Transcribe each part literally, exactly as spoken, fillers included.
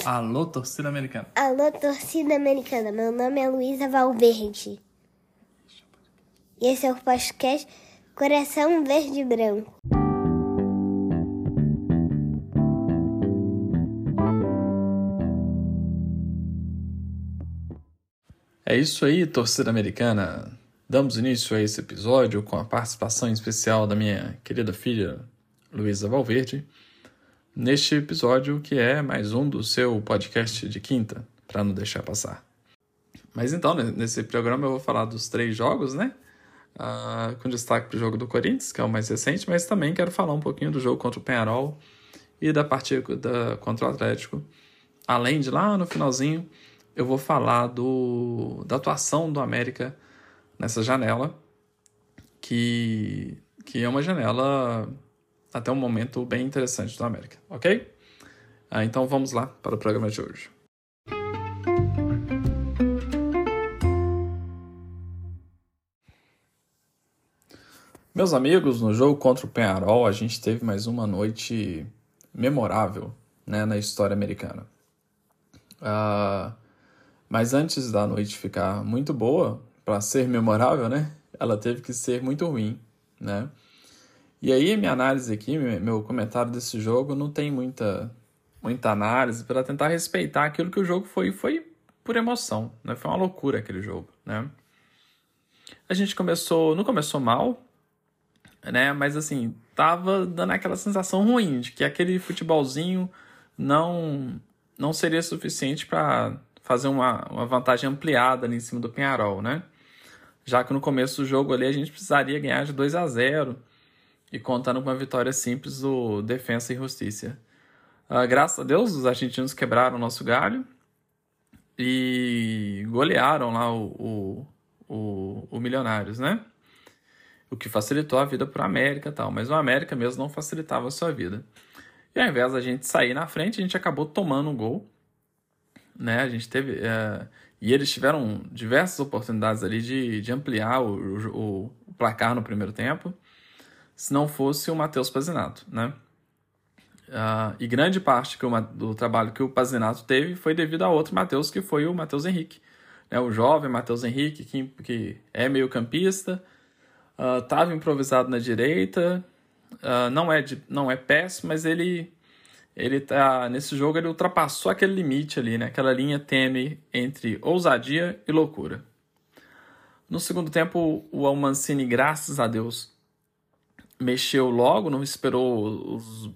Alô, torcida americana. Alô, torcida americana. Meu nome é Luísa Valverde. E esse é o podcast Coração Verde e Branco. É isso aí, torcida americana. Damos início a esse episódio com a participação especial da minha querida filha, Luísa Valverde, neste episódio que é mais um do seu podcast de quinta, para não deixar passar. Mas então, nesse programa eu vou falar dos três jogos, né? Uh, com destaque para o jogo do Corinthians, que é o mais recente, mas também quero falar um pouquinho do jogo contra o Peñarol e da partida da, contra o Atlético. Além de lá no finalzinho, eu vou falar do, da atuação do América nessa janela, que, que é uma janela até um momento bem interessante do América, ok? Ah, então vamos lá para o programa de hoje. Meus amigos, no jogo contra o Peñarol, a gente teve mais uma noite memorável, né, na história americana. Uh, mas antes da noite ficar muito boa, para ser memorável, né, ela teve que ser muito ruim, né? E aí minha análise aqui, meu comentário desse jogo, não tem muita, muita análise para tentar respeitar aquilo que o jogo foi, foi por emoção, né? Foi uma loucura aquele jogo, né? A gente começou, não começou mal, né? Mas assim, tava dando aquela sensação ruim de que aquele futebolzinho não, não seria suficiente para fazer uma, uma vantagem ampliada ali em cima do Peñarol, né? Já que no começo do jogo ali a gente precisaria ganhar de dois a zero e contando com uma vitória simples do Defensa e Justiça. Uh, graças a Deus, os argentinos quebraram o nosso galho e golearam lá o, o, o, o Milionários, né? O que facilitou a vida para o América e tal, mas o América mesmo não facilitava a sua vida. E ao invés da gente sair na frente, a gente acabou tomando um gol, né? A gente teve... É... E eles tiveram diversas oportunidades ali de, de ampliar o, o, o placar no primeiro tempo, se não fosse o Matheus Pazinato, né? Uh, e grande parte que o, do trabalho que o Pazinato teve foi devido a outro Matheus, que foi o Matheus Henrique, né? O jovem Matheus Henrique, que, que é meio campista, estava uh, improvisado na direita, uh, não, é de, não é péssimo, mas ele, ele tá, nesse jogo ele ultrapassou aquele limite ali, né? Aquela linha tênue entre ousadia e loucura. No segundo tempo, o Mancini, graças a Deus, mexeu logo, não esperou os,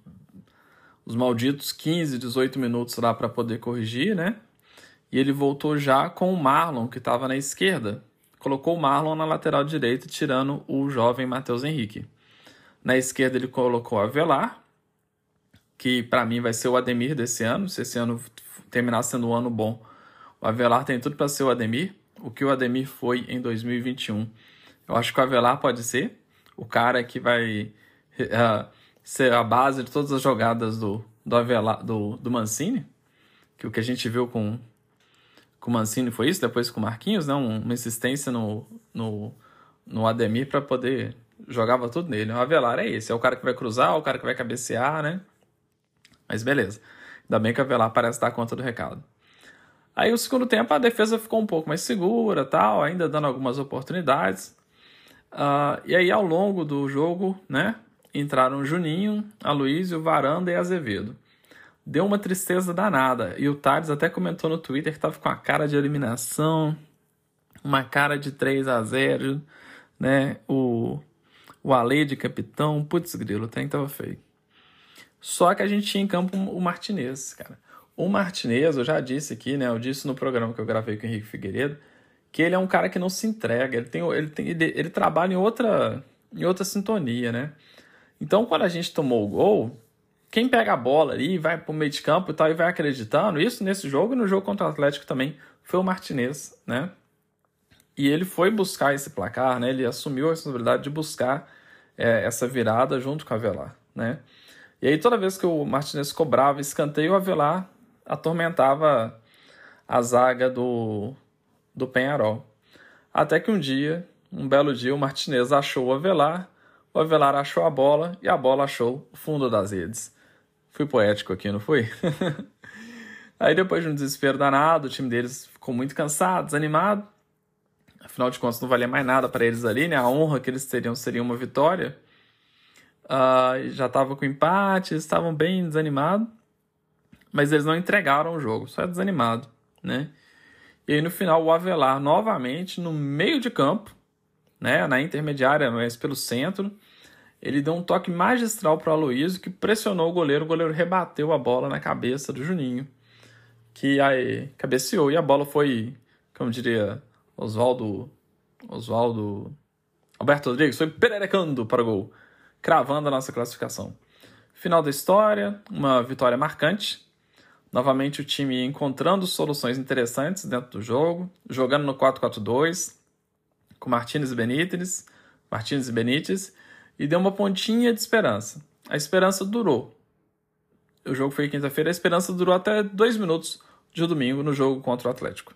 os malditos quinze, dezoito minutos lá para poder corrigir, né? E ele voltou já com o Marlon, que estava na esquerda. Colocou o Marlon na lateral direita, tirando o jovem Matheus Henrique. Na esquerda ele colocou o Avelar, que para mim vai ser o Ademir desse ano. Se esse ano terminar sendo um ano bom, o Avelar tem tudo para ser o Ademir, o que o Ademir foi em dois mil e vinte e um. Eu acho que o Avelar pode ser o cara que vai uh, ser a base de todas as jogadas do, do, Avelar, do, do Mancini, que o que a gente viu com, com o Mancini foi isso, depois com o Marquinhos, né? Uma insistência no, no, no Ademir para poder... Jogava tudo nele. O Avelar é esse, é o cara que vai cruzar, o cara que vai cabecear, né? Mas beleza. Ainda bem que o Avelar parece dar conta do recado. Aí o segundo tempo a defesa ficou um pouco mais segura, tal, ainda dando algumas oportunidades. Uh, e aí, ao longo do jogo, né, entraram o Juninho, Aloysio, Varanda e Azevedo. Deu uma tristeza danada. E o Thales até comentou no Twitter que estava com a cara de eliminação, uma cara de três a zero, né? O, o Ale de capitão, putz grilo, o trem tava feio. Só que a gente tinha em campo o Martinez, cara. O Martinez, eu já disse aqui, né, eu disse no programa que eu gravei com o Henrique Figueiredo, que ele é um cara que não se entrega, ele, tem, ele, tem, ele, ele trabalha em outra, em outra sintonia, né? Então, quando a gente tomou o gol, quem pega a bola ali, vai pro meio de campo e tal, e vai acreditando, isso nesse jogo e no jogo contra o Atlético também, foi o Martinez, né? E ele foi buscar esse placar, né? Ele assumiu a responsabilidade de buscar é, essa virada junto com o Avelar, né? E aí, toda vez que o Martinez cobrava escanteio, o Avelar atormentava a zaga do... do Peñarol. Até que um dia, um belo dia, o Martinez achou o Avelar, o Avelar achou a bola e a bola achou o fundo das redes. Fui poético aqui, não fui? Aí depois de um desespero danado, o time deles ficou muito cansado, desanimado. Afinal de contas, não valia mais nada para eles ali, né? A honra que eles teriam seria uma vitória. Uh, já estava com empate, eles estavam bem desanimados. Mas eles não entregaram o jogo, só é desanimado, né? E aí no final o Avelar novamente no meio de campo, né? Na intermediária, mas pelo centro, ele deu um toque magistral para o Aloysio, que pressionou o goleiro, o goleiro rebateu a bola na cabeça do Juninho, que aí cabeceou e a bola foi, como diria Oswaldo, Oswaldo Alberto Rodrigues, foi pererecando para o gol, cravando a nossa classificação. Final da história, uma vitória marcante. Novamente o time encontrando soluções interessantes dentro do jogo, jogando no quatro quatro dois, com Martínez e Benítez, Martínez e Benítez, e deu uma pontinha de esperança. A esperança durou. O jogo foi quinta-feira, a esperança durou até dois minutos de domingo no jogo contra o Atlético.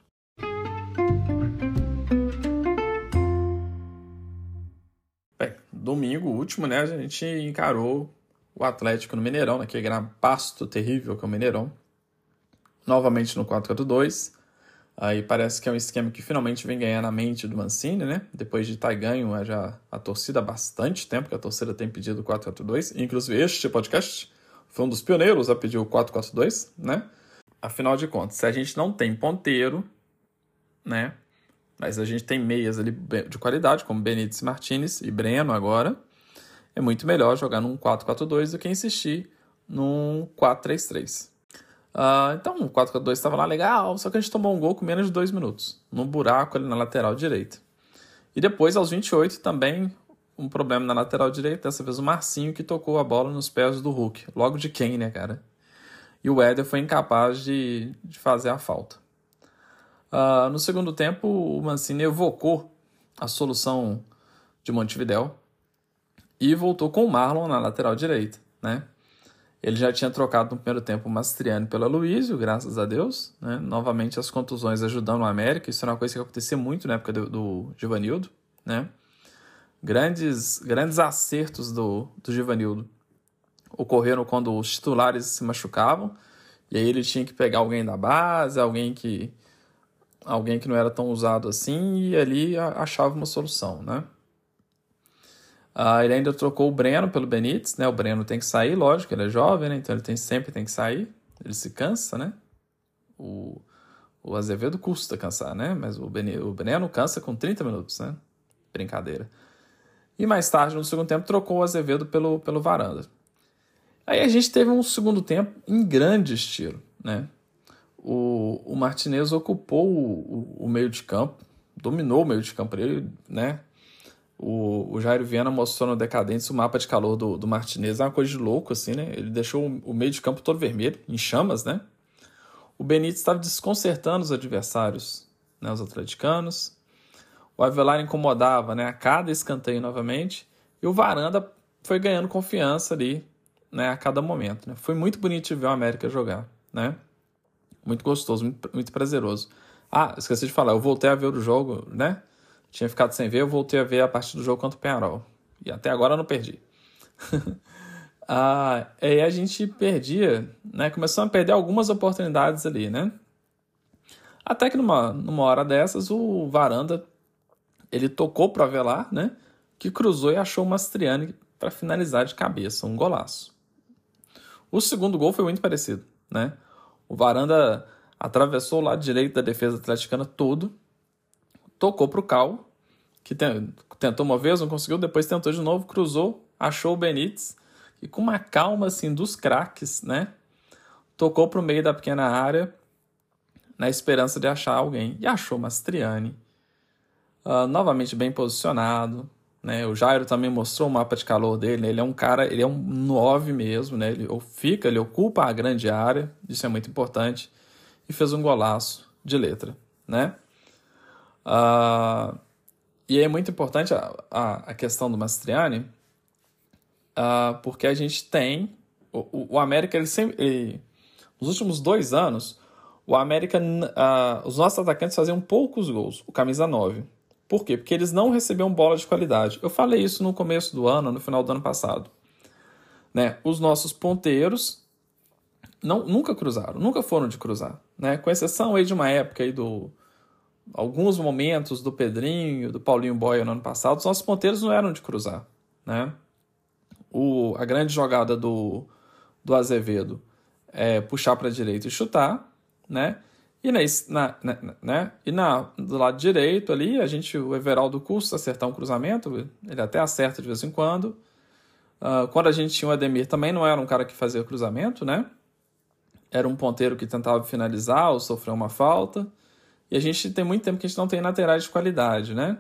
Bem, domingo último, né, a gente encarou o Atlético no Mineirão, naquele pasto terrível que é o Mineirão. Novamente no quatro quatro dois. Aí parece que é um esquema que finalmente vem ganhar na mente do Mancini, né? Depois de estar ganho já a torcida há bastante tempo, que a torcida tem pedido o quatro quatro dois. Inclusive este podcast foi um dos pioneiros a pedir o quatro quatro dois, né? Afinal de contas, se a gente não tem ponteiro, né? Mas a gente tem meias ali de qualidade, como Benítez, Martínez e Breno agora, é muito melhor jogar num quatro quatro dois do que insistir num quatro três três. Uh, então, o quatro quatro dois estava lá legal, só que a gente tomou um gol com menos de dois minutos, num buraco ali na lateral direita. E depois, aos vinte e oito, também um problema na lateral direita, dessa vez o Marcinho, que tocou a bola nos pés do Hulk. Logo de quem, né, cara? E o Éder foi incapaz de, de fazer a falta. Uh, no segundo tempo, o Mancini evocou a solução de Montevidéu e voltou com o Marlon na lateral direita, né? Ele já tinha trocado no primeiro tempo o Mastriani pelo Aloysio, graças a Deus, né? Novamente as contusões ajudando o América. Isso era uma coisa que acontecia muito na época do, do Givanildo, né? Grandes, grandes acertos do, do Givanildo ocorreram quando os titulares se machucavam, e aí ele tinha que pegar alguém da base, alguém que, alguém que não era tão usado assim, e ali achava uma solução, né? Uh, ele ainda trocou o Breno pelo Benítez, né? O Breno tem que sair, lógico, ele é jovem, né? Então ele tem, sempre tem que sair. Ele se cansa, né? O, o Azevedo custa cansar, né? Mas o, Beni, o Breno cansa com trinta minutos, né? Brincadeira. E mais tarde, no segundo tempo, trocou o Azevedo pelo, pelo Varanda. Aí a gente teve um segundo tempo em grande estilo, né? O, o Martinez ocupou o, o, o meio de campo, dominou o meio de campo dele, né? O, o Jair Viana mostrou no Decadentes o mapa de calor do, do Martinez, é uma coisa de louco, assim, né? Ele deixou o, o meio de campo todo vermelho, em chamas, né? O Benítez estava desconcertando os adversários, né? Os atleticanos. O Avelar incomodava, né? A cada escanteio novamente. E o Varanda foi ganhando confiança ali, né? A cada momento, né? Foi muito bonito de ver o América jogar, né? Muito gostoso, muito, muito prazeroso. Ah, esqueci de falar, eu voltei a ver o jogo, né? Tinha ficado sem ver, eu voltei a ver a partir do jogo contra o Peñarol. E até agora eu não perdi. ah, aí a gente perdia, né? Começamos a perder algumas oportunidades ali, né? Até que numa, numa hora dessas, o Varanda, ele tocou para o Avelar, né? Que cruzou e achou o Mastriani para finalizar de cabeça, um golaço. O segundo gol foi muito parecido, né? O Varanda atravessou o lado direito da defesa atleticana todo, tocou para o Cal, que tentou uma vez, não conseguiu, depois tentou de novo, cruzou, achou o Benítez, e com uma calma assim dos craques, né, tocou para o meio da pequena área, na esperança de achar alguém, e achou Mastriani, uh, novamente bem posicionado, né, o Jairo também mostrou o mapa de calor dele, né? Ele é um cara, ele é um nove mesmo, né, ele fica, ele ocupa a grande área, isso é muito importante, e fez um golaço de letra, né. Uh, e é muito importante a, a, a questão do Mastriani, uh, porque a gente tem o, o, o América, ele sempre ele, nos últimos dois anos o América, uh, os nossos atacantes faziam poucos gols, o camisa nove. Por quê? Porque eles não recebiam bola de qualidade. Eu falei isso no começo do ano, no final do ano passado, né? Os nossos ponteiros não, nunca cruzaram, nunca foram de cruzar, né? Com exceção aí de uma época aí do... alguns momentos do Pedrinho, do Paulinho Boia no ano passado, os nossos ponteiros não eram de cruzar, né? O, a grande jogada do, do Azevedo é puxar para a direita e chutar, né? E, na, na, na, né? e na, do lado direito ali, a gente, o Everaldo custa acertar um cruzamento, ele até acerta de vez em quando. Uh, quando a gente tinha o Ademir, também não era um cara que fazia cruzamento, né? Era um ponteiro que tentava finalizar ou sofrer uma falta. E a gente tem muito tempo que a gente não tem laterais de qualidade, né?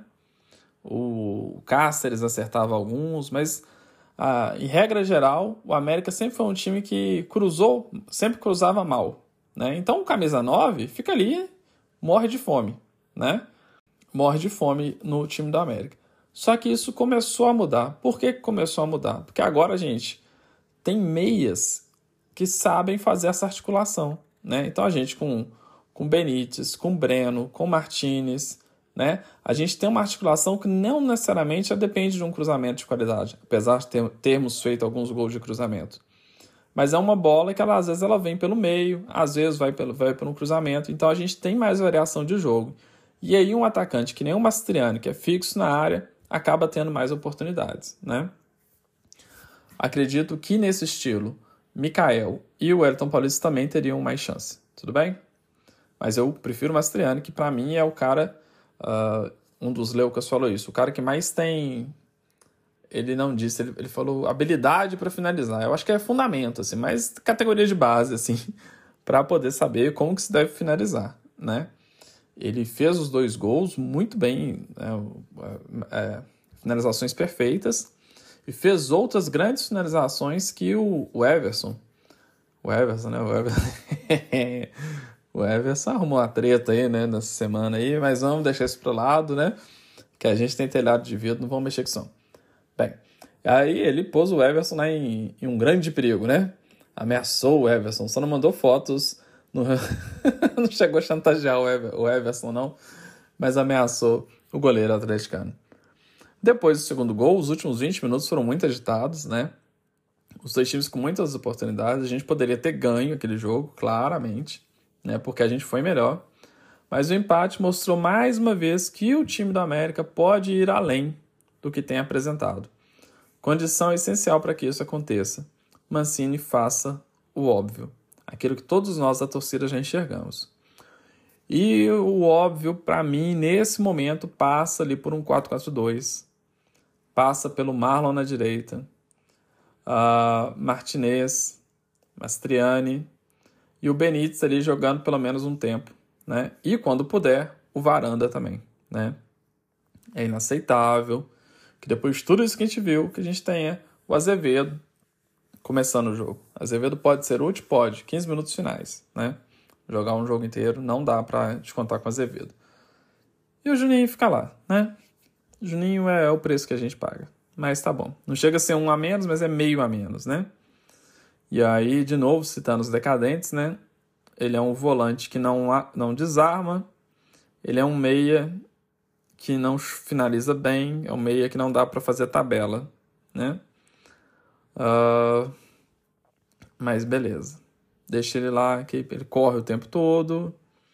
O Cáceres acertava alguns, mas uh, em regra geral, o América sempre foi um time que cruzou, sempre cruzava mal, né? Então o camisa nove fica ali, morre de fome, né? Morre de fome no time do América. Só que isso começou a mudar. Por que começou a mudar? Porque agora, gente, tem meias que sabem fazer essa articulação, né? Então a gente com com Benítez, com Breno, com Martínez, né? A gente tem uma articulação que não necessariamente depende de um cruzamento de qualidade, apesar de ter, termos feito alguns gols de cruzamento. Mas é uma bola que ela, às vezes ela vem pelo meio, às vezes vai pelo, vai pelo cruzamento, então a gente tem mais variação de jogo. E aí um atacante que nem o Mastriani, que é fixo na área, acaba tendo mais oportunidades, né? Acredito que nesse estilo, Mikael e o Wellington Paulista também teriam mais chance, tudo bem? Mas eu prefiro o Mastriani, que para mim é o cara, uh, um dos Leucas falou isso, o cara que mais tem, ele não disse, ele, ele falou habilidade para finalizar. Eu acho que é fundamento, assim, mas categoria de base, assim, para poder saber como que se deve finalizar, né? Ele fez os dois gols muito bem, né, é, finalizações perfeitas, e fez outras grandes finalizações que o, o Everson, o Everson, né, o Everson, o Everson arrumou uma treta aí, né, nessa semana aí, mas vamos deixar isso pro lado, né, que a gente tem telhado de vidro, não vamos mexer com isso. Bem, aí ele pôs o Everson lá em, em um grande perigo, né, ameaçou o Everson, só não mandou fotos. No... não chegou a chantagear o, Ever, o Everson, não, mas ameaçou o goleiro atleticano. Depois do segundo gol, os últimos vinte minutos foram muito agitados, né? Os dois times com muitas oportunidades. A gente poderia ter ganho aquele jogo, claramente, né? Porque a gente foi melhor. Mas o empate mostrou mais uma vez que o time do América pode ir além do que tem apresentado. Condição essencial para que isso aconteça. Mancini faça o óbvio. Aquilo que todos nós da torcida já enxergamos. E o óbvio, para mim, nesse momento, passa ali por um quatro quatro dois. Passa pelo Marlon na direita. Uh, Martinez, Mastriani e o Benítez ali jogando pelo menos um tempo, né? E quando puder, o Varanda também, né? É inaceitável que depois de tudo isso que a gente viu, que a gente tenha o Azevedo começando o jogo. Azevedo pode ser útil? Pode. quinze minutos finais, né? Jogar um jogo inteiro, não dá pra descontar com o Azevedo. E o Juninho fica lá, né? O Juninho é o preço que a gente paga. Mas tá bom. Não chega a ser um a menos, mas é meio a menos, né? E aí, de novo, citando os decadentes, né? Ele é um volante que não, não desarma. Ele é um meia que não finaliza bem. É um meia que não dá pra fazer tabela, né? Uh, mas beleza, deixa ele lá, que ele corre o tempo todo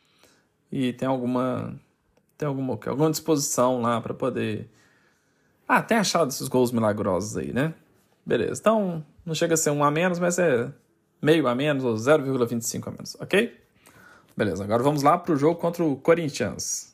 e tem alguma tem alguma, alguma disposição lá para poder ah, tem achado esses gols milagrosos aí, né? Beleza, então não chega a ser um a menos, mas é meio a menos ou zero vírgula vinte e cinco a menos, ok? Beleza, agora vamos lá pro jogo contra o Corinthians.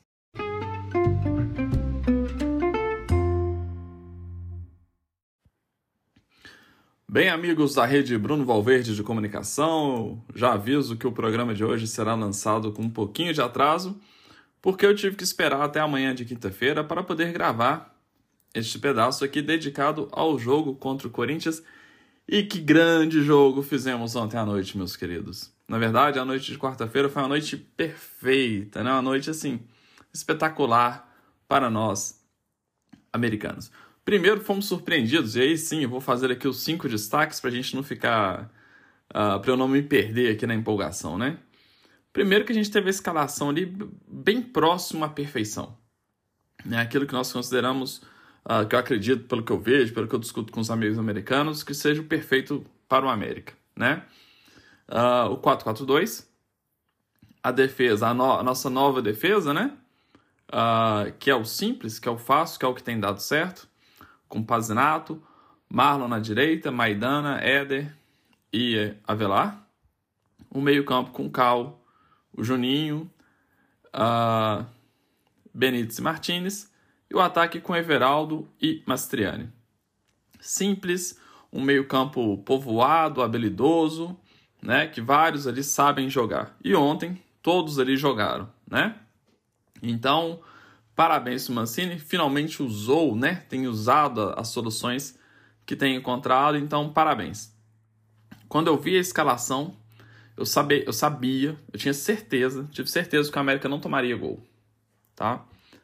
Bem, amigos da rede Bruno Valverde de Comunicação, já aviso que o programa de hoje será lançado com um pouquinho de atraso, porque eu tive que esperar até amanhã de quinta-feira para poder gravar este pedaço aqui dedicado ao jogo contra o Corinthians. E que grande jogo fizemos ontem à noite, meus queridos. Na verdade, a noite de quarta-feira foi uma noite perfeita, né? Uma noite, assim, espetacular para nós, americanos. Primeiro, fomos surpreendidos, e aí sim, eu vou fazer aqui os cinco destaques para a gente não ficar, uh, para eu não me perder aqui na empolgação, né? Primeiro que a gente teve a escalação ali bem próximo à perfeição, né? Aquilo que nós consideramos, uh, que eu acredito, pelo que eu vejo, pelo que eu discuto com os amigos americanos, que seja o perfeito para o América, né? Uh, o quatro quatro dois, a defesa, a, no, a nossa nova defesa, né? Uh, que é o simples, que é o fácil, que é o que tem dado certo, com Pazinato, Marlon na direita, Maidana, Éder e Avelar. O meio-campo com Cal, o Juninho, uh, Benítez e Martínez. E o ataque com Everaldo e Mastriani. Simples, um meio-campo povoado, habilidoso, né? Que vários ali sabem jogar. E ontem, todos ali jogaram, né? Então, parabéns para o Mancini. Finalmente usou, né? Tem usado as soluções que tem encontrado. Então, parabéns. Quando eu vi a escalação, eu sabia, eu sabia, eu tinha certeza, tive certeza que o América não tomaria gol, tá?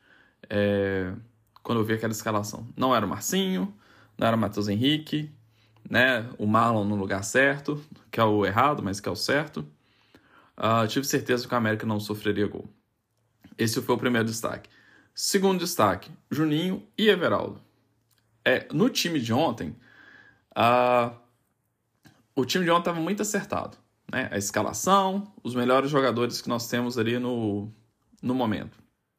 É, quando eu vi aquela escalação. Não era o Marcinho, não era o Matheus Henrique, né? O Marlon no lugar certo, que é o errado, mas que é o certo. Uh, tive certeza que o América não sofreria gol. Esse foi o primeiro destaque. Segundo destaque, Juninho e Everaldo. É, no time de ontem, uh, o time de ontem estava muito acertado, né? A escalação, os melhores jogadores que nós temos ali no, no momento.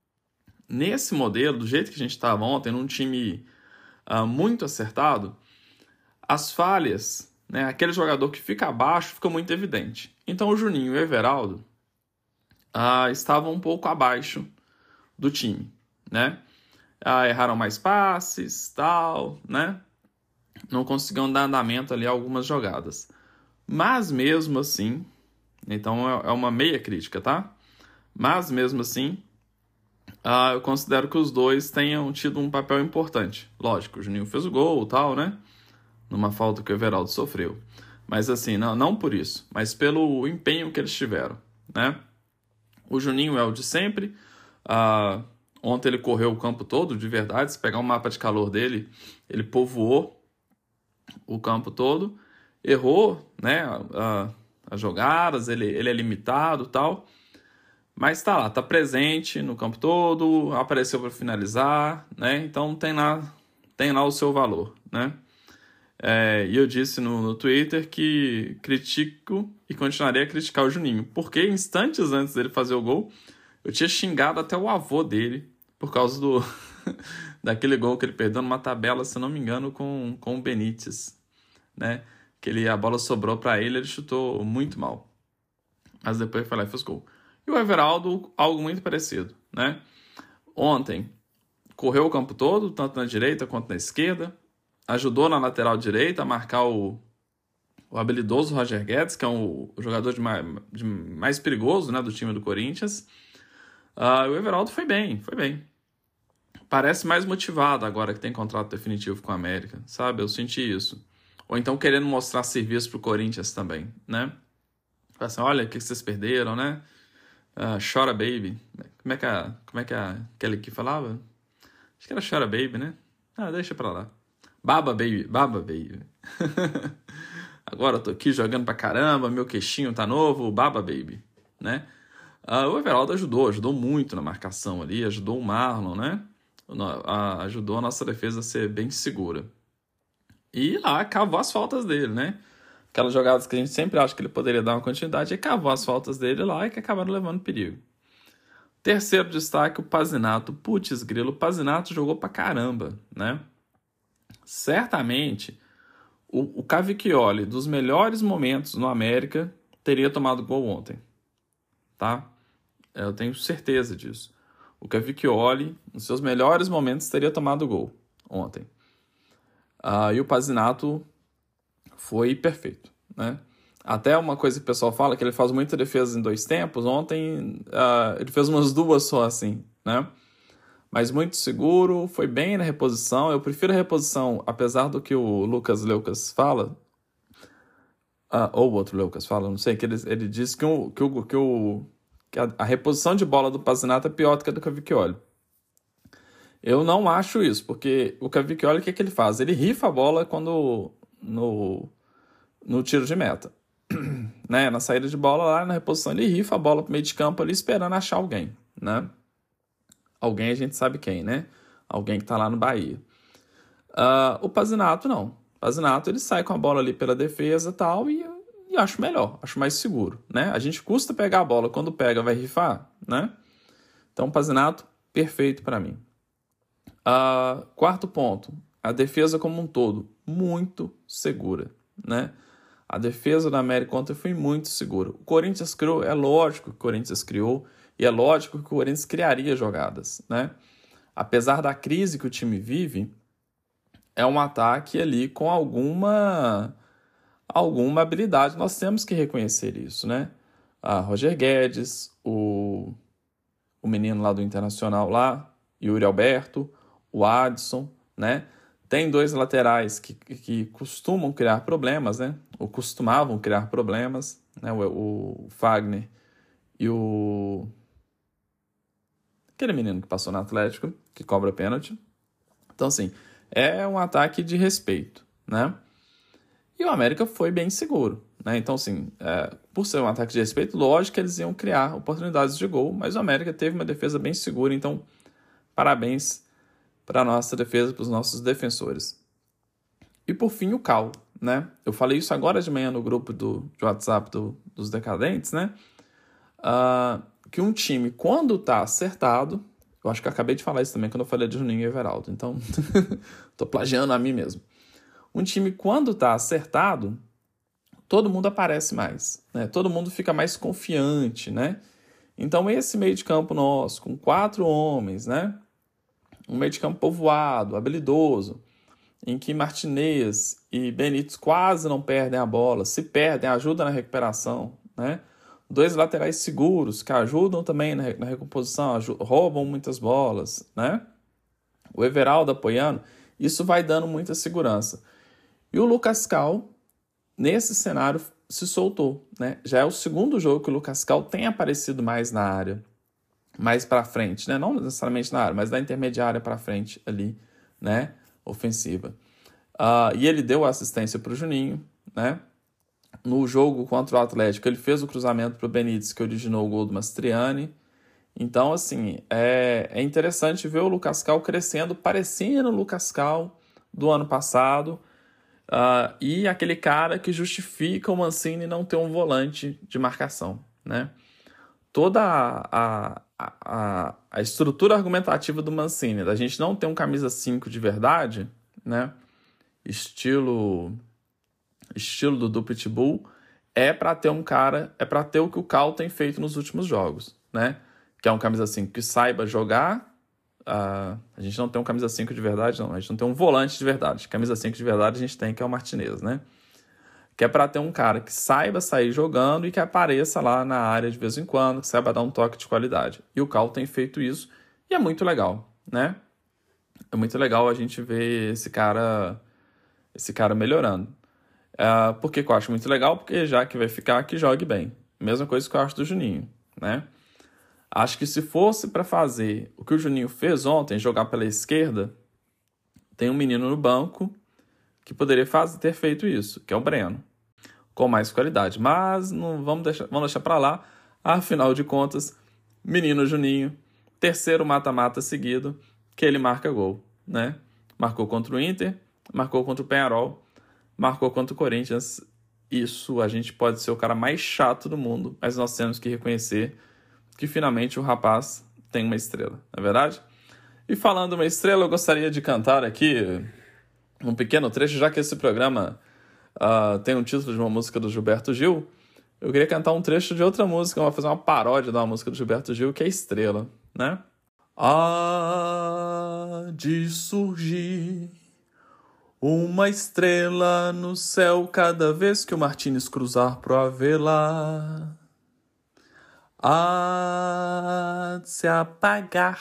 Nesse modelo, do jeito que a gente estava ontem, num time uh, muito acertado, as falhas, né? Aquele jogador que fica abaixo fica muito evidente. Então o Juninho e o Everaldo uh, estavam um pouco abaixo do time, né? Uh, erraram mais passes, tal, né? Não conseguiam dar andamento ali a algumas jogadas. Mas mesmo assim, então é uma meia crítica, tá? Mas mesmo assim, uh, eu considero que os dois tenham tido um papel importante. Lógico, o Juninho fez o gol e tal, né? Numa falta que o Everaldo sofreu. Mas assim, não, não por isso, mas pelo empenho que eles tiveram, né? O Juninho é o de sempre. Uh, ontem ele correu o campo todo, de verdade. Se pegar um mapa de calor dele, ele povoou o campo todo. Errou, né? Uh, as jogadas, ele, ele é limitado e tal. Mas tá lá, tá presente no campo todo, apareceu para finalizar, né? Então tem lá, tem lá o seu valor, né? É, e eu disse no, no Twitter que critico e continuaria a criticar o Juninho, porque instantes antes dele fazer o gol, eu tinha xingado até o avô dele por causa do daquele gol que ele perdeu numa tabela, se não me engano, com, com o Benítez, né? Que ele, a bola sobrou para ele, ele chutou muito mal. Mas depois foi lá e fez gol. E o Everaldo, algo muito parecido, né? Ontem, correu o campo todo, tanto na direita quanto na esquerda, ajudou na lateral direita a marcar o, o habilidoso Roger Guedes, que é um, o jogador de mais, de mais perigoso, né, do time do Corinthians. Uh, o Everaldo foi bem, foi bem. Parece mais motivado agora que tem contrato definitivo com a América, sabe? Eu senti isso. Ou então querendo mostrar serviço pro Corinthians também, né? Assim, olha, o que vocês perderam, né? Uh, chora baby. Como é que a, como é que a aquele que falava? Acho que era chora baby, né? Ah, deixa pra lá. Baba baby, baba baby. Agora eu tô aqui jogando pra caramba, meu queixinho tá novo, baba baby, né? Uh, o Everaldo ajudou, ajudou muito na marcação ali, ajudou o Marlon, né? Uh, ajudou a nossa defesa a ser bem segura. E lá cavou as faltas dele, né? Aquelas jogadas que a gente sempre acha que ele poderia dar uma continuidade, e cavou as faltas dele lá e que acabaram levando perigo. Terceiro destaque, o Pazinato. Putz, grilo, o Pazinato jogou pra caramba, né? Certamente, o, o Cavicchioli, dos melhores momentos no América, teria tomado gol ontem, tá? Eu tenho certeza disso. O Cavicchioli, nos seus melhores momentos, teria tomado gol ontem. Uh, e o Pazinato foi perfeito, né? Até uma coisa que o pessoal fala, que ele faz muita defesa em dois tempos. Ontem uh, ele fez umas duas só assim, né? Mas muito seguro, foi bem na reposição. Eu prefiro a reposição, apesar do que o Lucas Leucas fala, uh, ou o outro Leucas fala, não sei, que ele, ele diz que, o, que, o, que, o, que a, a reposição de bola do Pazinato é pior do que a do Cavicchioli. Eu não acho isso, porque o Cavicchioli, o que, é que ele faz? Ele rifa a bola quando no, no tiro de meta. Né? Na saída de bola lá, na reposição, ele rifa a bola pro meio de campo ali, esperando achar alguém, né? Alguém a gente sabe quem, né? Alguém que tá lá no Bahia. Uh, o Pazinato, não. O Pazinato, ele sai com a bola ali pela defesa e tal, e, e acho melhor, acho mais seguro, né? A gente custa pegar a bola, quando pega vai rifar, né? Então, Pazinato, perfeito para mim. Uh, quarto ponto, a defesa como um todo, muito segura, né? A defesa da América ontem foi muito segura. O Corinthians criou, é lógico que o Corinthians criou, e é lógico que o Corinthians criaria jogadas, né? Apesar da crise que o time vive, é um ataque ali com alguma, alguma habilidade. Nós temos que reconhecer isso, né? A Roger Guedes, o, o menino lá do Internacional lá, Yuri Alberto, o Adson, né? Tem dois laterais que, que costumam criar problemas, né? Ou costumavam criar problemas, né? O, o Fagner e o... aquele menino que passou no Atlético, que cobra pênalti. Então, assim, é um ataque de respeito, né? E o América foi bem seguro, né? Então, assim, é, por ser um ataque de respeito, lógico que eles iam criar oportunidades de gol, mas o América teve uma defesa bem segura, então, parabéns para a nossa defesa, para os nossos defensores. E, por fim, o Cal, né? Eu falei isso agora de manhã no grupo do, de WhatsApp do, dos Decadentes, né? Uh, que um time, quando tá acertado, eu acho que eu acabei de falar isso também quando eu falei de Juninho e Everaldo, então tô plagiando a mim mesmo. Um time, quando tá acertado, todo mundo aparece mais, né? Todo mundo fica mais confiante, né? Então esse meio de campo nosso, com quatro homens, né? Um meio de campo povoado, habilidoso, em que Martinez e Benítez quase não perdem a bola, se perdem, ajudam na recuperação, né? Dois laterais seguros que ajudam também na, na recomposição, ajudam, roubam muitas bolas, né? O Everaldo apoiando, isso vai dando muita segurança. E o Lucas Cal, nesse cenário, se soltou, né? Já é o segundo jogo que o Lucas Cal tem aparecido mais na área, mais para frente, né? Não necessariamente na área, mas da intermediária para frente ali, né? Ofensiva. Uh, e ele deu assistência para o Juninho, né? No jogo contra o Atlético, ele fez o cruzamento para o Benítez, que originou o gol do Mastriani. Então, assim, é, é interessante ver o Lucas Cal crescendo, parecendo o Lucas Cal do ano passado, uh, e aquele cara que justifica o Mancini não ter um volante de marcação, né? Toda a, a, a, a estrutura argumentativa do Mancini, da gente não ter um camisa cinco de verdade, né? Estilo... estilo do, do Pitbull, é para ter um cara, é para ter o que o Cal tem feito nos últimos jogos, né? Que é um camisa cinco que saiba jogar. Uh, a gente não tem um camisa cinco de verdade, não. A gente não tem um volante de verdade. Camisa cinco de verdade a gente tem, que é o Martinez, né? Que é para ter um cara que saiba sair jogando e que apareça lá na área de vez em quando, que saiba dar um toque de qualidade. E o Cal tem feito isso e é muito legal, né? É muito legal a gente ver esse cara, esse cara melhorando. Uh, por que eu acho muito legal? Porque já que vai ficar, que jogue bem. Mesma coisa que eu acho do Juninho, né? Acho que se fosse para fazer o que o Juninho fez ontem, jogar pela esquerda, tem um menino no banco que poderia fazer, ter feito isso, que é o Breno, com mais qualidade. Mas não vamos deixar, vamos deixar para lá. Afinal de contas, menino Juninho, terceiro mata-mata seguido, que ele marca gol, né? Marcou contra o Inter, marcou contra o Peñarol, marcou contra o Corinthians. Isso, a gente pode ser o cara mais chato do mundo, mas nós temos que reconhecer que finalmente o rapaz tem uma estrela, não é verdade? E falando uma estrela, eu gostaria de cantar aqui um pequeno trecho, já que esse programa uh, tem um título de uma música do Gilberto Gil. Eu queria cantar um trecho de outra música, eu vou fazer uma paródia de uma música do Gilberto Gil, que é Estrela, né? Há de surgir uma estrela no céu cada vez que o Martínez cruzar pro Avelar. Há de se apagar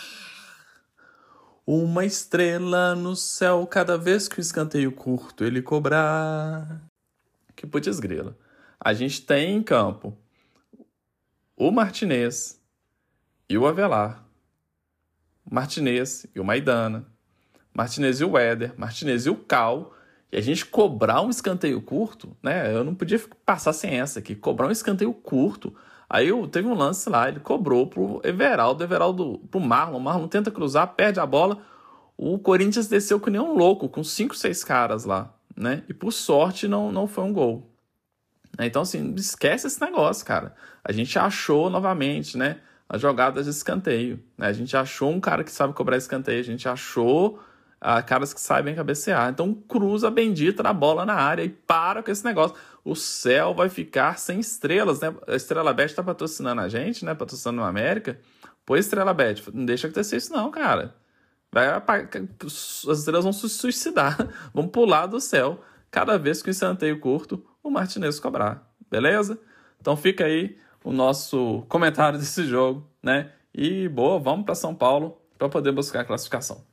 uma estrela no céu cada vez que o escanteio curto ele cobrar. Que putz grila. A gente tem em campo o Martinez e o Avelar, Martinez e o Maidana, Martinez e o Éder, Martinez e o Cal, e a gente cobrar um escanteio curto, né? Eu não podia passar sem essa aqui, cobrar um escanteio curto. Aí eu, teve um lance lá, ele cobrou pro Everaldo, Everaldo pro Marlon, o Marlon tenta cruzar, perde a bola, o Corinthians desceu que nem um louco, com cinco, seis caras lá, né? E por sorte não, não foi um gol. Então, assim, esquece esse negócio, cara. A gente achou novamente, né, as jogadas de escanteio, né? A gente achou um cara que sabe cobrar escanteio, a gente achou ah, caras que sabem cabecear. Então, cruza a bendita da bola na área e para com esse negócio. O céu vai ficar sem estrelas, né? A Estrela Bet tá patrocinando a gente, né? Patrocinando a América. Pô, Estrela Bet, não deixa acontecer isso não, cara. Vai apagar, as estrelas vão se suicidar, vão pular do céu cada vez que o escanteio curto o Martinez cobrar, beleza? Então fica aí o nosso comentário desse jogo, né? E boa, vamos para São Paulo para poder buscar a classificação.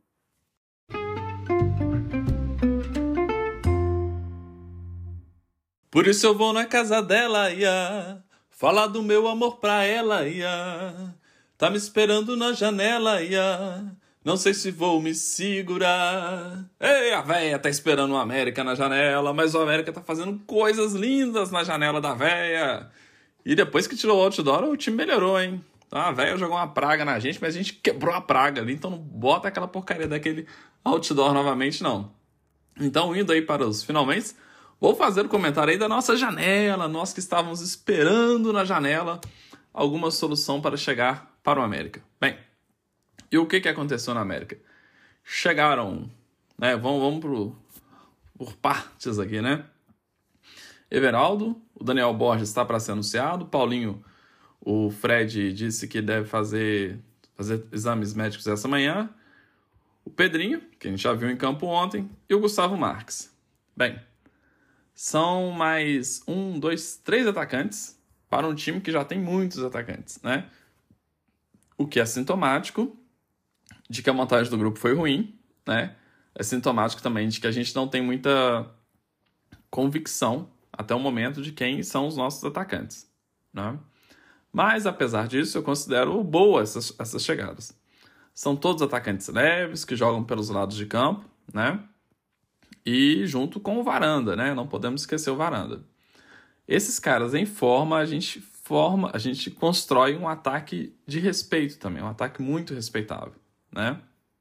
Por isso eu vou na casa dela, ia falar do meu amor pra ela, ia tá me esperando na janela, ia não sei se vou me segurar. Ei, a véia tá esperando o América na janela, mas o América tá fazendo coisas lindas na janela da véia. E depois que tirou o outdoor, o time melhorou, hein? Então a véia jogou uma praga na gente, mas a gente quebrou a praga ali, então não bota aquela porcaria daquele outdoor novamente, não. Então, indo aí para os finalmente, vou fazer o comentário aí da nossa janela, nós que estávamos esperando na janela alguma solução para chegar para o América. Bem, e o que, que aconteceu na América? Chegaram, né? Vamos, vamos pro, por partes aqui, né? Everaldo, o Daniel Borges está para ser anunciado, Paulinho, o Fred disse que deve fazer, fazer exames médicos essa manhã, o Pedrinho, que a gente já viu em campo ontem, e o Gustavo Marques. Bem, são mais um, dois, três atacantes para um time que já tem muitos atacantes, né? O que é sintomático de que a montagem do grupo foi ruim, né? É sintomático também de que a gente não tem muita convicção até o momento de quem são os nossos atacantes, né? Mas, apesar disso, eu considero boa essas, essas chegadas. São todos atacantes leves, que jogam pelos lados de campo, né? E junto com o Varanda, né? Não podemos esquecer o Varanda. Esses caras em forma, a gente forma, a gente constrói um ataque de respeito também, um ataque muito respeitável, né?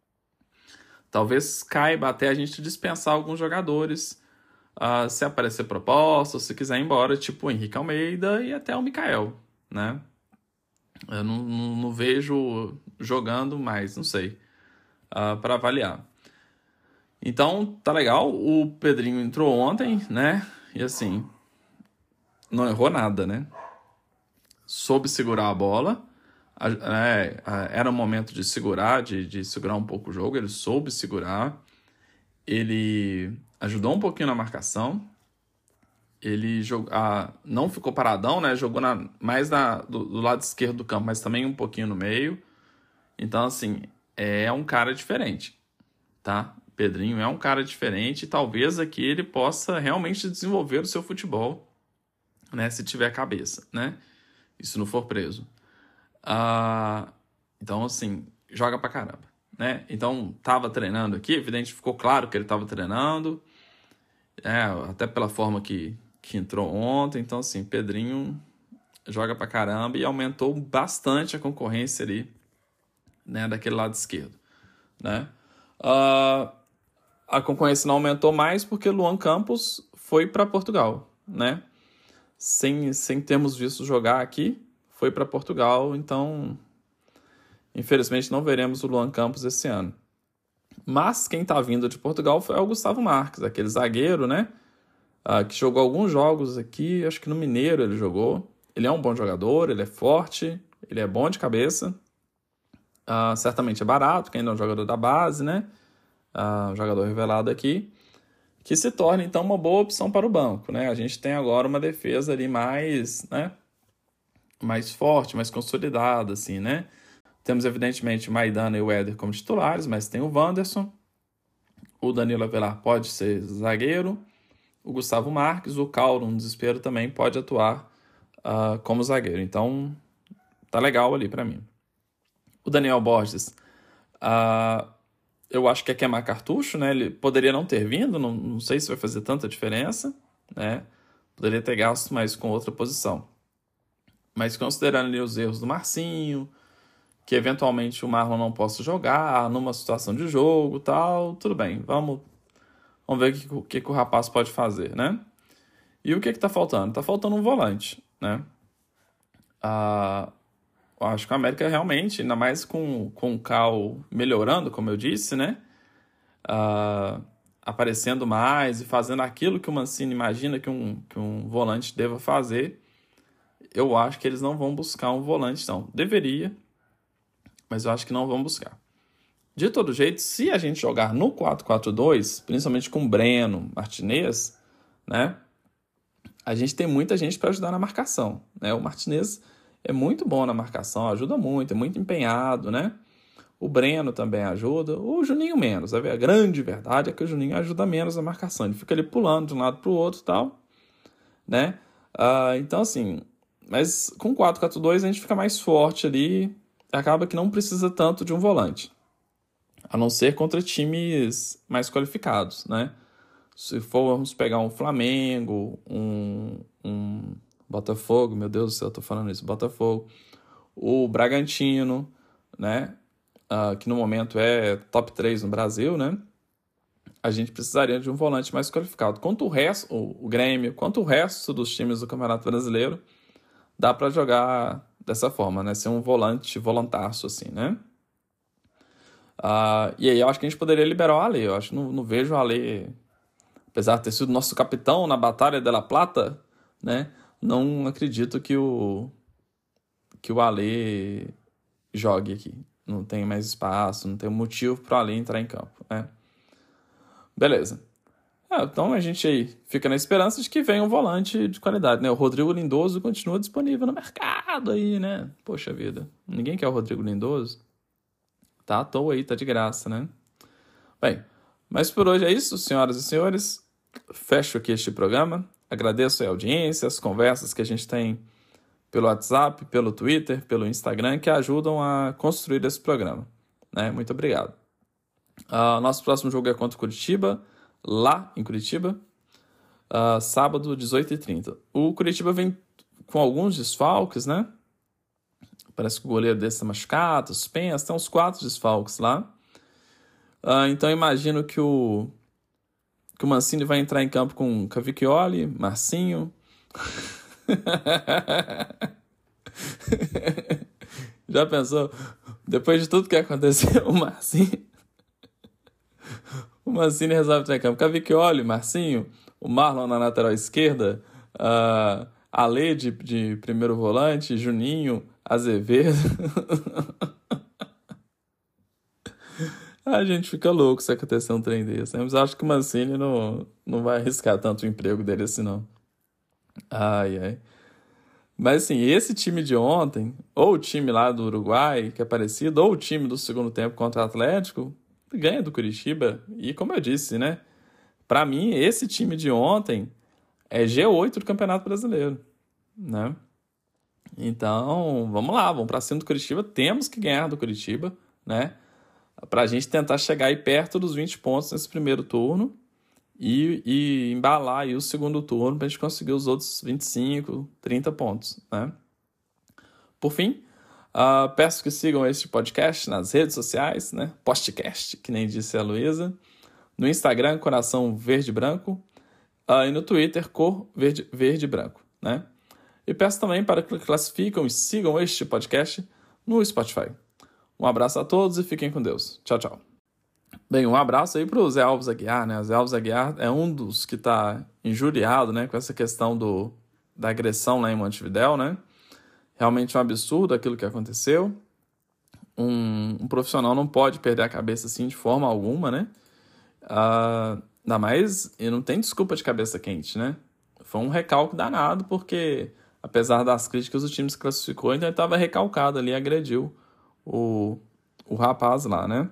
Talvez caiba até a gente dispensar alguns jogadores, uh, se aparecer proposta, ou se quiser ir embora, tipo o Henrique Almeida e até o Mikael, né? Eu não, não, não vejo jogando mais, não sei, uh, para avaliar. Então, tá legal, o Pedrinho entrou ontem, né? E assim, não errou nada, né? Soube segurar a bola, é, era o momento de segurar, de, de segurar um pouco o jogo, ele soube segurar, ele ajudou um pouquinho na marcação, ele jogou, ah, não ficou paradão, né? Jogou na, mais na, do, do lado esquerdo do campo, mas também um pouquinho no meio. Então, assim, é um cara diferente, tá? Pedrinho é um cara diferente e talvez aqui ele possa realmente desenvolver o seu futebol, né? Se tiver cabeça, né? E se não for preso. Ah, então, assim, joga pra caramba, né? Então, tava treinando aqui, evidente, ficou claro que ele tava treinando, é, até pela forma que, que entrou ontem. Então, assim, Pedrinho joga pra caramba e aumentou bastante a concorrência ali, né, daquele lado esquerdo, né? Ah, a concorrência não aumentou mais porque Luan Campos foi para Portugal, né? Sem, sem termos visto jogar aqui, foi para Portugal, então infelizmente não veremos o Luan Campos esse ano. Mas quem está vindo de Portugal foi o Gustavo Marques, aquele zagueiro, né? Uh, que jogou alguns jogos aqui, acho que no Mineiro ele jogou. Ele é um bom jogador, ele é forte, ele é bom de cabeça. Uh, certamente é barato, que ainda é um jogador da base, né? Uh, um jogador revelado aqui, que se torna então uma boa opção para o banco, né? A gente tem agora uma defesa ali mais, né, mais forte, mais consolidada, assim, né? Temos evidentemente o Maidana e o Éder como titulares, mas tem o Wanderson, o Danilo Avelar pode ser zagueiro, o Gustavo Marques, o Cauro, no desespero, também pode atuar uh, como zagueiro. Então, tá legal ali para mim. O Daniel Borges, uh, eu acho que é queimar cartucho, né? Ele poderia não ter vindo, não, não sei se vai fazer tanta diferença, né? Poderia ter gasto mais com outra posição. Mas considerando ali os erros do Marcinho, que eventualmente o Marlon não possa jogar numa situação de jogo e tal, tudo bem, vamos, vamos ver o que, que, que o rapaz pode fazer, né? E o que está faltando? Está faltando um volante, né? Ah, eu acho que o América realmente, ainda mais com, com o Cal melhorando, como eu disse, né? Ah, aparecendo mais e fazendo aquilo que o Mancini imagina que um, que um volante deva fazer, eu acho que eles não vão buscar um volante, não. Deveria, mas eu acho que não vão buscar. De todo jeito, se a gente jogar no quatro quatro dois, principalmente com Breno, Martinez, né, a gente tem muita gente para ajudar na marcação, né? O Martinez é muito bom na marcação, ajuda muito, é muito empenhado, né? O Breno também ajuda, o Juninho menos. A grande verdade é que o Juninho ajuda menos na marcação, ele fica ali pulando de um lado para o outro e tal, né? Uh, então, assim, mas com quatro quatro dois a gente fica mais forte ali, acaba que não precisa tanto de um volante. A não ser contra times mais qualificados, né? Se formos pegar um Flamengo, um, um Botafogo, meu Deus do céu, eu tô falando isso, Botafogo, o Bragantino, né? Uh, que no momento é top três no Brasil, né? A gente precisaria de um volante mais qualificado. Quanto o resto, o, o Grêmio, quanto o resto dos times do Campeonato Brasileiro, dá para jogar dessa forma, né? Ser um volante volantaço, assim, né? Uh, e aí eu acho que a gente poderia liberar o Ale. Eu acho que não, não vejo o Ale, apesar de ter sido nosso capitão na Batalha de La Plata, né? Não acredito que o que o Ale jogue aqui. Não tem mais espaço, não tem motivo para o Ale entrar em campo, né? Beleza. Ah, então a gente aí fica na esperança de que venha um volante de qualidade, né? O Rodrigo Lindoso continua disponível no mercado aí, né? Poxa vida, ninguém quer o Rodrigo Lindoso? Tá à toa aí, tá de graça, né? Bem, mas por hoje é isso, senhoras e senhores. Fecho aqui este programa. Agradeço a audiência, as conversas que a gente tem pelo WhatsApp, pelo Twitter, pelo Instagram, que ajudam a construir esse programa, né? Muito obrigado. Uh, nosso próximo jogo é contra o Curitiba, lá em Curitiba, uh, sábado, dezoito e trinta. O Curitiba vem com alguns desfalques, né? Parece que o goleiro desse está machucado, suspenso, tem uns quatro desfalques lá. Uh, então imagino que o, que o Mancini vai entrar em campo com Cavicchioli, Marcinho. Já pensou? Depois de tudo que aconteceu, o Marcinho o Mancini resolve entrar em campo. Cavicchioli, Marcinho, o Marlon na lateral esquerda, uh, Ale de, de primeiro volante, Juninho, Azevedo. A gente fica louco se acontecer um trem desse. Mas acho que o Mancini não, não vai arriscar tanto o emprego dele assim, não. Ai, ai. Mas assim, esse time de ontem, ou o time lá do Uruguai, que é parecido, ou o time do segundo tempo contra o Atlético, ganha do Curitiba. E como eu disse, né? Pra mim, esse time de ontem é G oito do Campeonato Brasileiro, né? Então, vamos lá, vamos pra cima do Curitiba. Temos que ganhar do Curitiba, né? Pra gente tentar chegar aí perto dos vinte pontos nesse primeiro turno. E, e embalar aí o segundo turno para a gente conseguir os outros vinte e cinco, trinta pontos, né? Por fim, uh, peço que sigam este podcast nas redes sociais, né? Postcast, que nem disse a Luísa. No Instagram, Coração Verde Branco. Uh, e no Twitter, Cor Verde, Verde Branco, né? E peço também para que classificam e sigam este podcast no Spotify. Um abraço a todos e fiquem com Deus. Tchau, tchau. Bem, um abraço aí para o Zé Alves Aguiar, né? O Zé Alves Aguiar é um dos que está injuriado, né, com essa questão do, da agressão lá em Montevidéu, né? Realmente um absurdo aquilo que aconteceu. Um, um profissional não pode perder a cabeça assim de forma alguma, né? Uh, ainda mais, e não tem desculpa de cabeça quente, né? Foi um recalque danado, porque apesar das críticas, o time se classificou, então ele estava recalcado ali, agrediu o, o rapaz lá, né?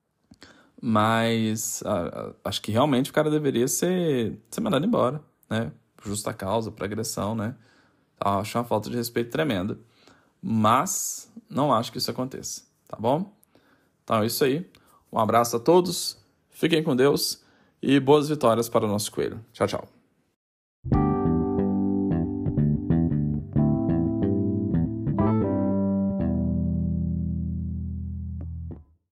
Mas uh, acho que realmente o cara deveria ser, ser mandado embora, né? Por justa causa, por agressão, né? Então, acho uma falta de respeito tremenda. Mas não acho que isso aconteça, tá bom? Então é isso aí. Um abraço a todos, fiquem com Deus e boas vitórias para o nosso coelho. Tchau, tchau.